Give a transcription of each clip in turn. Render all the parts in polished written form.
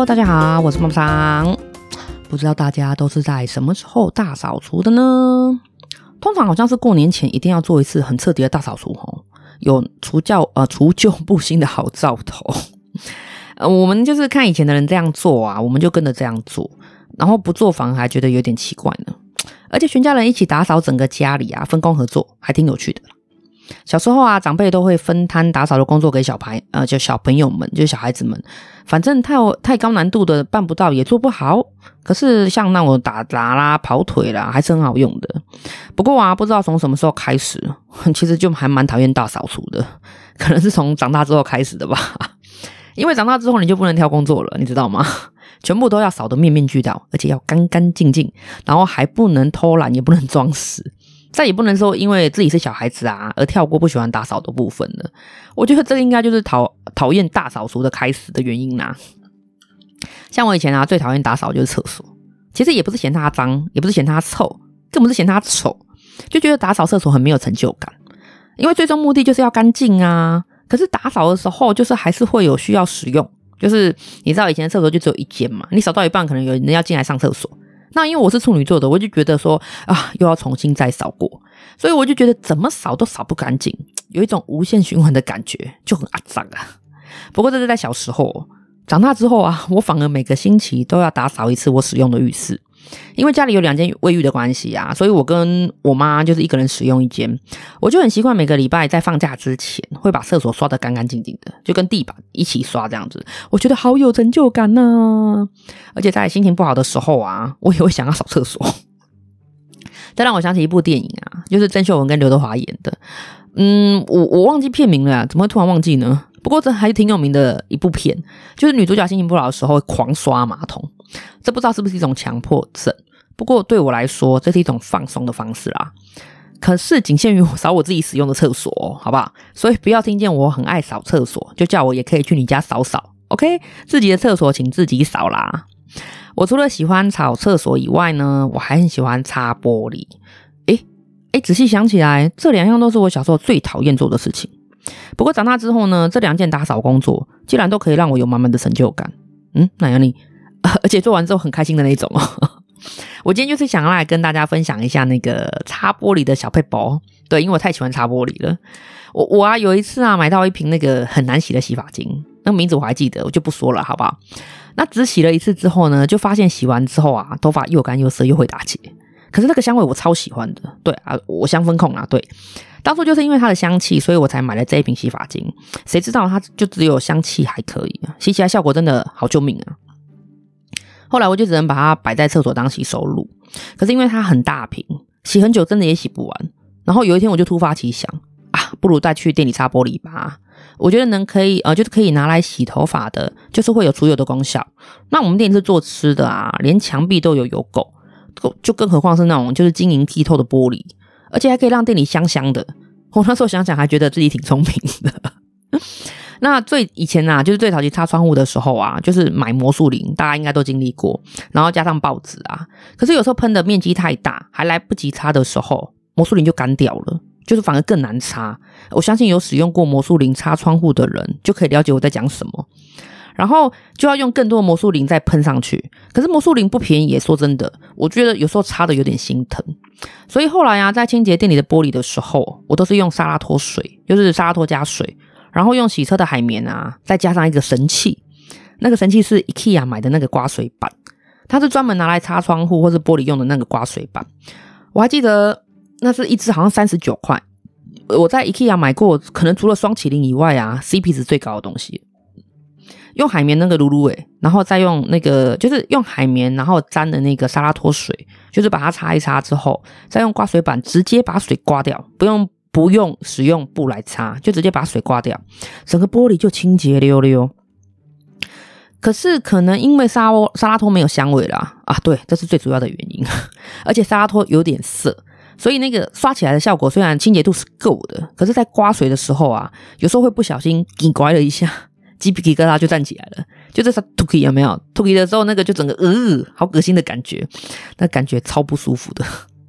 Hello， 大家好，我是梦桑。不知道大家都是在什么时候大扫除的呢？通常好像是过年前一定要做一次很彻底的大扫除吼，有除旧布新的好兆头。我们就是看以前的人这样做啊，我们就跟着这样做，然后不做反而还觉得有点奇怪呢。而且全家人一起打扫整个家里啊，分工合作，还挺有趣的。小时候啊，长辈都会分摊打扫的工作给小朋友们，就是小孩子们。反正太高难度的办不到也做不好，可是像那种打杂啦、跑腿啦，还是很好用的。不过啊，不知道从什么时候开始，其实就还蛮讨厌大扫除的，可能是从长大之后开始的吧。因为长大之后你就不能挑工作了，你知道吗？全部都要扫得面面俱到，而且要干干净净，然后还不能偷懒，也不能装死。再也不能说因为自己是小孩子啊而跳过不喜欢打扫的部分了。我觉得这个应该就是讨厌大扫除的开始的原因啦。像我以前啊，最讨厌打扫就是厕所。其实也不是嫌它脏，也不是嫌它臭，更不是嫌它丑，就觉得打扫厕所很没有成就感。因为最终目的就是要干净啊。可是打扫的时候就是还是会有需要使用，就是你知道以前的厕所就只有一间嘛，你扫到一半可能有人要进来上厕所。那因为我是处女座的，我就觉得说啊，又要重新再扫过，所以我就觉得怎么扫都扫不干净，有一种无限循环的感觉，就很脏啊。不过这是在小时候，长大之后啊，我反而每个星期都要打扫一次我使用的浴室，因为家里有2间卫浴的关系啊，所以我跟我妈就是一个人使用1间，我就很习惯每个礼拜在放假之前会把厕所刷得干干净净的，就跟地板一起刷这样子，我觉得好有成就感啊。而且在心情不好的时候啊，我也会想要扫厕所。这让我想起一部电影啊，就是郑秀文跟刘德华演的，我忘记片名了啊，怎么会突然忘记呢？不过这还是挺有名的一部片，就是女主角心情不好的时候会狂刷马桶，这不知道是不是一种强迫症，不过对我来说这是一种放松的方式啦。可是仅限于我扫我自己使用的厕所，好不好？所以不要听见我很爱扫厕所就叫我也可以去你家扫扫 OK， 自己的厕所请自己扫啦。我除了喜欢扫厕所以外呢，我还很喜欢擦玻璃。仔细想起来，这2样都是我小时候最讨厌做的事情。不过长大之后呢，这2件打扫工作竟然都可以让我有满满的成就感。哪样你？而且做完之后很开心的那种哦。我今天就是想要来跟大家分享一下那个擦玻璃的小撇步。对，因为我太喜欢擦玻璃了。我啊有一次啊买到一瓶那个很难洗的洗发精，那个名字我还记得，我就不说了，好不好？那只洗了1次之后呢，就发现洗完之后啊，头发又干又涩又会打结。可是那个香味我超喜欢的，对啊，我香氛控啊，对。当初就是因为它的香气，所以我才买了这一瓶洗发精。谁知道它就只有香气还可以啊，洗起来效果真的好救命啊！后来我就只能把它摆在厕所当洗手乳，可是因为它很大瓶，洗很久真的也洗不完。然后有一天我就突发奇想啊，不如带去店里擦玻璃吧。我觉得就是可以拿来洗头发的，就是会有除油的功效。那我们店是做吃的啊，连墙壁都有油垢，就更何况是那种就是晶莹剔透的玻璃，而且还可以让店里香香的。我那时候想想还觉得自己挺聪明的。那以前啊，就是最早期擦窗户的时候啊，就是买魔术灵，大家应该都经历过，然后加上报纸啊。可是有时候喷的面积太大，还来不及擦的时候，魔术灵就干掉了，就是反而更难擦。我相信有使用过魔术灵擦窗户的人就可以了解我在讲什么。然后就要用更多的魔术灵再喷上去，可是魔术灵不便宜，说真的，我觉得有时候擦的有点心疼。所以后来啊，在清洁店里的玻璃的时候，我都是用沙拉脱水，就是沙拉脱加水，然后用洗车的海绵啊，再加上一个神器。那个神器是 IKEA 买的那个刮水板，它是专门拿来擦窗户或是玻璃用的那个刮水板。我还记得那是一支好像39块，我在 IKEA 买过，可能除了双麒麟以外啊 CP 值最高的东西。用海绵那个撸然后再用那个就是用海绵然后沾的那个沙拉脱水，就是把它擦一擦之后，再用刮水板直接把水刮掉，不用使用布来擦，就直接把水刮掉，整个玻璃就清洁溜溜。可是可能因为沙拉脱没有香味啦啊，对，这是最主要的原因。而且沙拉脱有点涩，所以那个刷起来的效果虽然清洁度是够的，可是在刮水的时候啊，有时候会不小心给拐了一下，鸡皮疙瘩就站起来了，就这是吐气有没有？吐气的时候那个就整个好恶心的感觉，那感觉超不舒服的。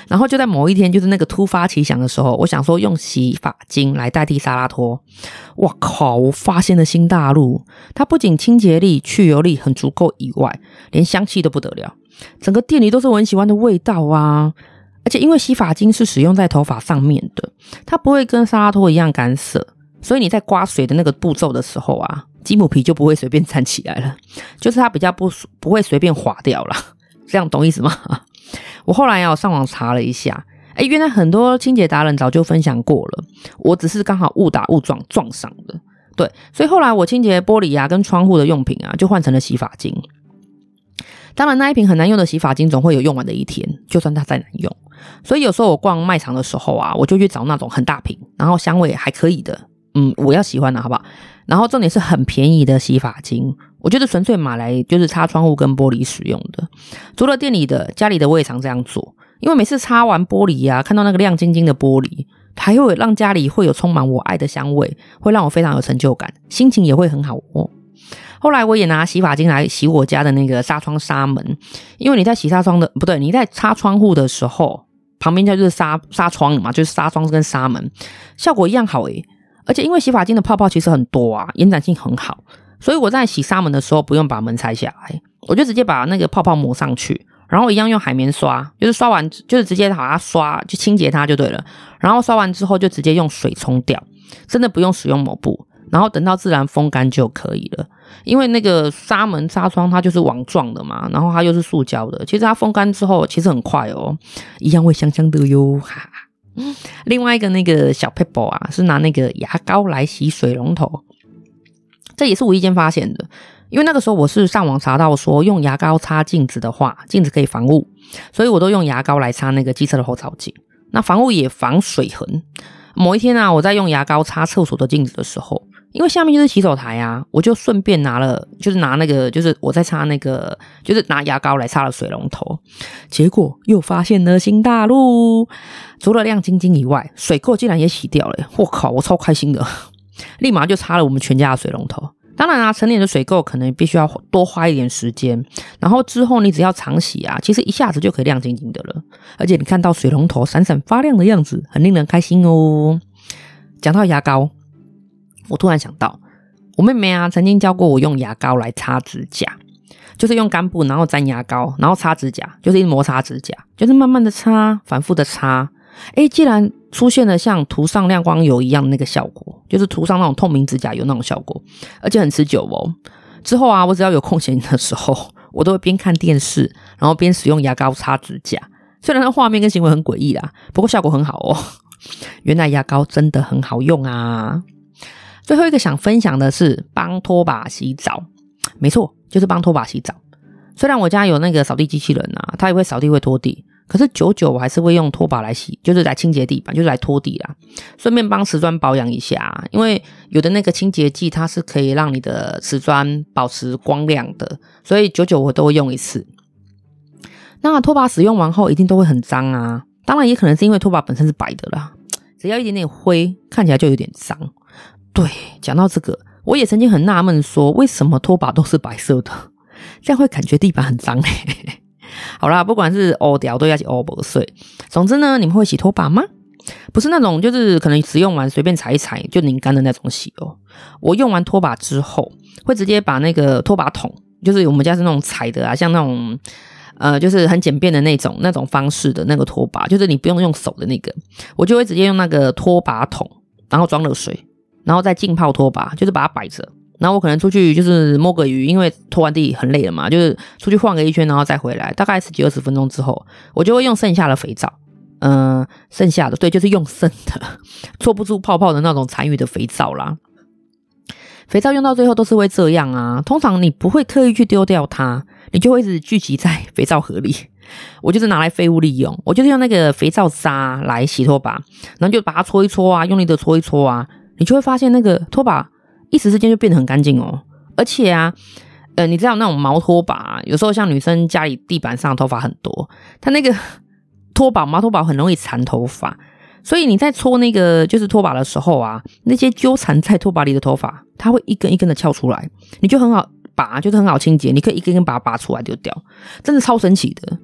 然后就在某一天，就是那个突发奇想的时候，我想说用洗发精来代替沙拉托。哇靠，我发现了新大陆，它不仅清洁力、去油力很足够以外，连香气都不得了，整个店里都是我很喜欢的味道啊。而且因为洗发精是使用在头发上面的，它不会跟沙拉托一样干涩，所以你在刮水的那个步骤的时候啊，鸡母皮就不会随便站起来了，就是它比较不会随便滑掉啦。这样懂意思吗？我后来上网查了一下，原来很多清洁达人早就分享过了，我只是刚好误打误撞撞上的。对，所以后来我清洁玻璃跟窗户的用品就换成了洗发精。当然那一瓶很难用的洗发精总会有用完的一天，就算它再难用。所以有时候我逛卖场的时候我就去找那种很大瓶，然后香味还可以的，我要喜欢的好不好？然后重点是很便宜的洗发精，我觉得纯粹买来就是擦窗户跟玻璃使用的。除了店里的，家里的我也常这样做，因为每次擦完玻璃看到那个亮晶晶的玻璃，还会让家里会有充满我爱的香味，会让我非常有成就感，心情也会很好哦。后来我也拿洗发精来洗我家的那个纱窗纱门，因为你在洗纱窗的不对，你在擦窗户的时候，旁边就是纱窗嘛，就是纱窗跟纱门，效果一样好而且因为洗发精的泡泡其实很多延展性很好，所以我在洗纱门的时候不用把门拆下来，我就直接把那个泡泡抹上去，然后一样用海绵刷，就是刷完就是直接把它刷就清洁它就对了，然后刷完之后就直接用水冲掉，真的不用使用抹布，然后等到自然风干就可以了。因为那个纱门纱窗它就是网状的嘛，然后它又是塑胶的，其实它风干之后其实很快一样会香香的哟哈。另外一个那个小 pebble 是拿那个牙膏来洗水龙头，这也是无意间发现的。因为那个时候我是上网查到说用牙膏擦镜子的话，镜子可以防雾，所以我都用牙膏来擦那个机车的后照镜，那防雾也防水痕。某一天我在用牙膏擦厕所的镜子的时候，因为下面就是洗手台我就顺便拿那个就是我在擦那个就是拿牙膏来擦了水龙头，结果又发现了新大陆，除了亮晶晶以外，水垢竟然也洗掉了我靠，我超开心的，立马就擦了我们全家的水龙头。当然成年的水垢可能必须要多花一点时间，然后之后你只要常洗其实一下子就可以亮晶晶的了，而且你看到水龙头闪闪发亮的样子，很令人开心哦。讲到牙膏，我突然想到，我妹妹曾经教过我用牙膏来擦指甲，就是用干布然后沾牙膏，然后擦指甲，就是一直摩擦指甲，就是慢慢的擦，反复的擦。既然出现了像涂上亮光油一样的那个效果，就是涂上那种透明指甲油那种效果，而且很持久之后我只要有空闲的时候，我都会边看电视，然后边使用牙膏擦指甲。虽然它画面跟行为很诡异啦，不过效果很好原来牙膏真的很好用最后一个想分享的是帮拖把洗澡，没错，就是帮拖把洗澡。虽然我家有那个扫地机器人它也会扫地会拖地，可是久久我还是会用拖把来洗，就是来清洁地板，就是来拖地啦，顺便帮瓷砖保养一下因为有的那个清洁剂它是可以让你的瓷砖保持光亮的，所以久久我都会用一次。那拖把使用完后一定都会很脏当然也可能是因为拖把本身是白的啦，只要一点点灰看起来就有点脏。对，讲到这个，我也曾经很纳闷说为什么拖把都是白色的，这样会感觉地板很脏好啦，不管是黑掉都要是黑不碎。总之呢，你们会洗拖把吗？不是那种就是可能使用完随便踩一踩就拧干的那种洗我用完拖把之后会直接把那个拖把桶，就是我们家是那种踩的像那种就是很简便的那种方式的那个拖把，就是你不用手的那个，我就会直接用那个拖把桶，然后装热水，然后再浸泡拖把，就是把它摆着。然后我可能出去就是摸个鱼，因为拖完地很累了嘛，就是出去晃个一圈然后再回来，大概10几20分钟之后，我就会用剩下的肥皂，剩下的对，就是用剩的搓不出泡泡的那种残余的肥皂啦。肥皂用到最后都是会这样通常你不会刻意去丢掉它，你就会一直聚集在肥皂盒里。我就是拿来废物利用，我就是用那个肥皂渣来洗拖把，然后就把它搓一搓用力的搓一搓你就会发现那个拖把一时之间就变得很干净而且你知道那种毛拖把有时候像女生家里地板上头发很多，它那个毛拖把很容易缠头发，所以你在搓那个就是拖把的时候那些纠缠在拖把里的头发，它会一根一根的翘出来，你就很好拔，就是很好清洁，你可以一根一根把它拔出来丢掉，真的超神奇的。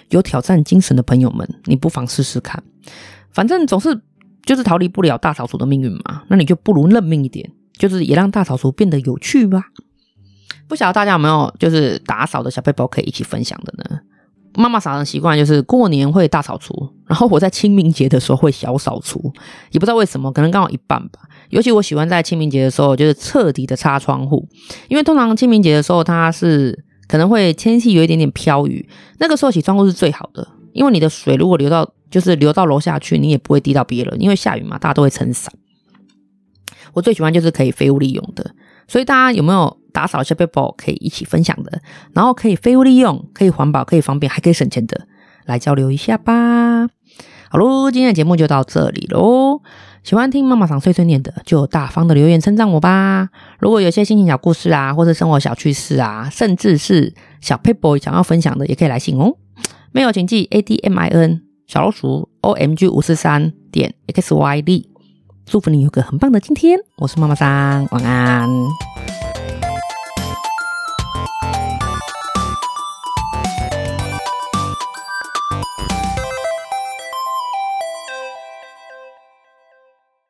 有挑战精神的朋友们，你不妨试试看。反正总是就是逃离不了大扫除的命运嘛，那你就不如认命一点，就是也让大扫除变得有趣吧。不晓得大家有没有就是打扫的小撇步可以一起分享的呢？妈妈嫂的习惯就是过年会大扫除，然后我在清明节的时候会小扫除，也不知道为什么，可能刚好一半吧。尤其我喜欢在清明节的时候就是彻底的擦窗户，因为通常清明节的时候它是可能会天气有一点点飘雨，那个时候洗窗户是最好的，因为你的水如果流到楼下去，你也不会滴到别人，因为下雨嘛，大家都会撑伞。我最喜欢就是可以废物利用的，所以大家有没有打扫小撇步可以一起分享的，然后可以废物利用，可以环保，可以方便，还可以省钱的，来交流一下吧。好咯，今天的节目就到这里咯。喜欢听妈妈桑碎碎念的，就大方的留言称赞我吧。如果有些心情小故事啊，或者生活小趣事啊，甚至是小撇步想要分享的，也可以来信哦。没有请记 ADMIN 小老鼠 OMG543.XYD。祝福你有个很棒的今天，我是妈妈桑，晚安。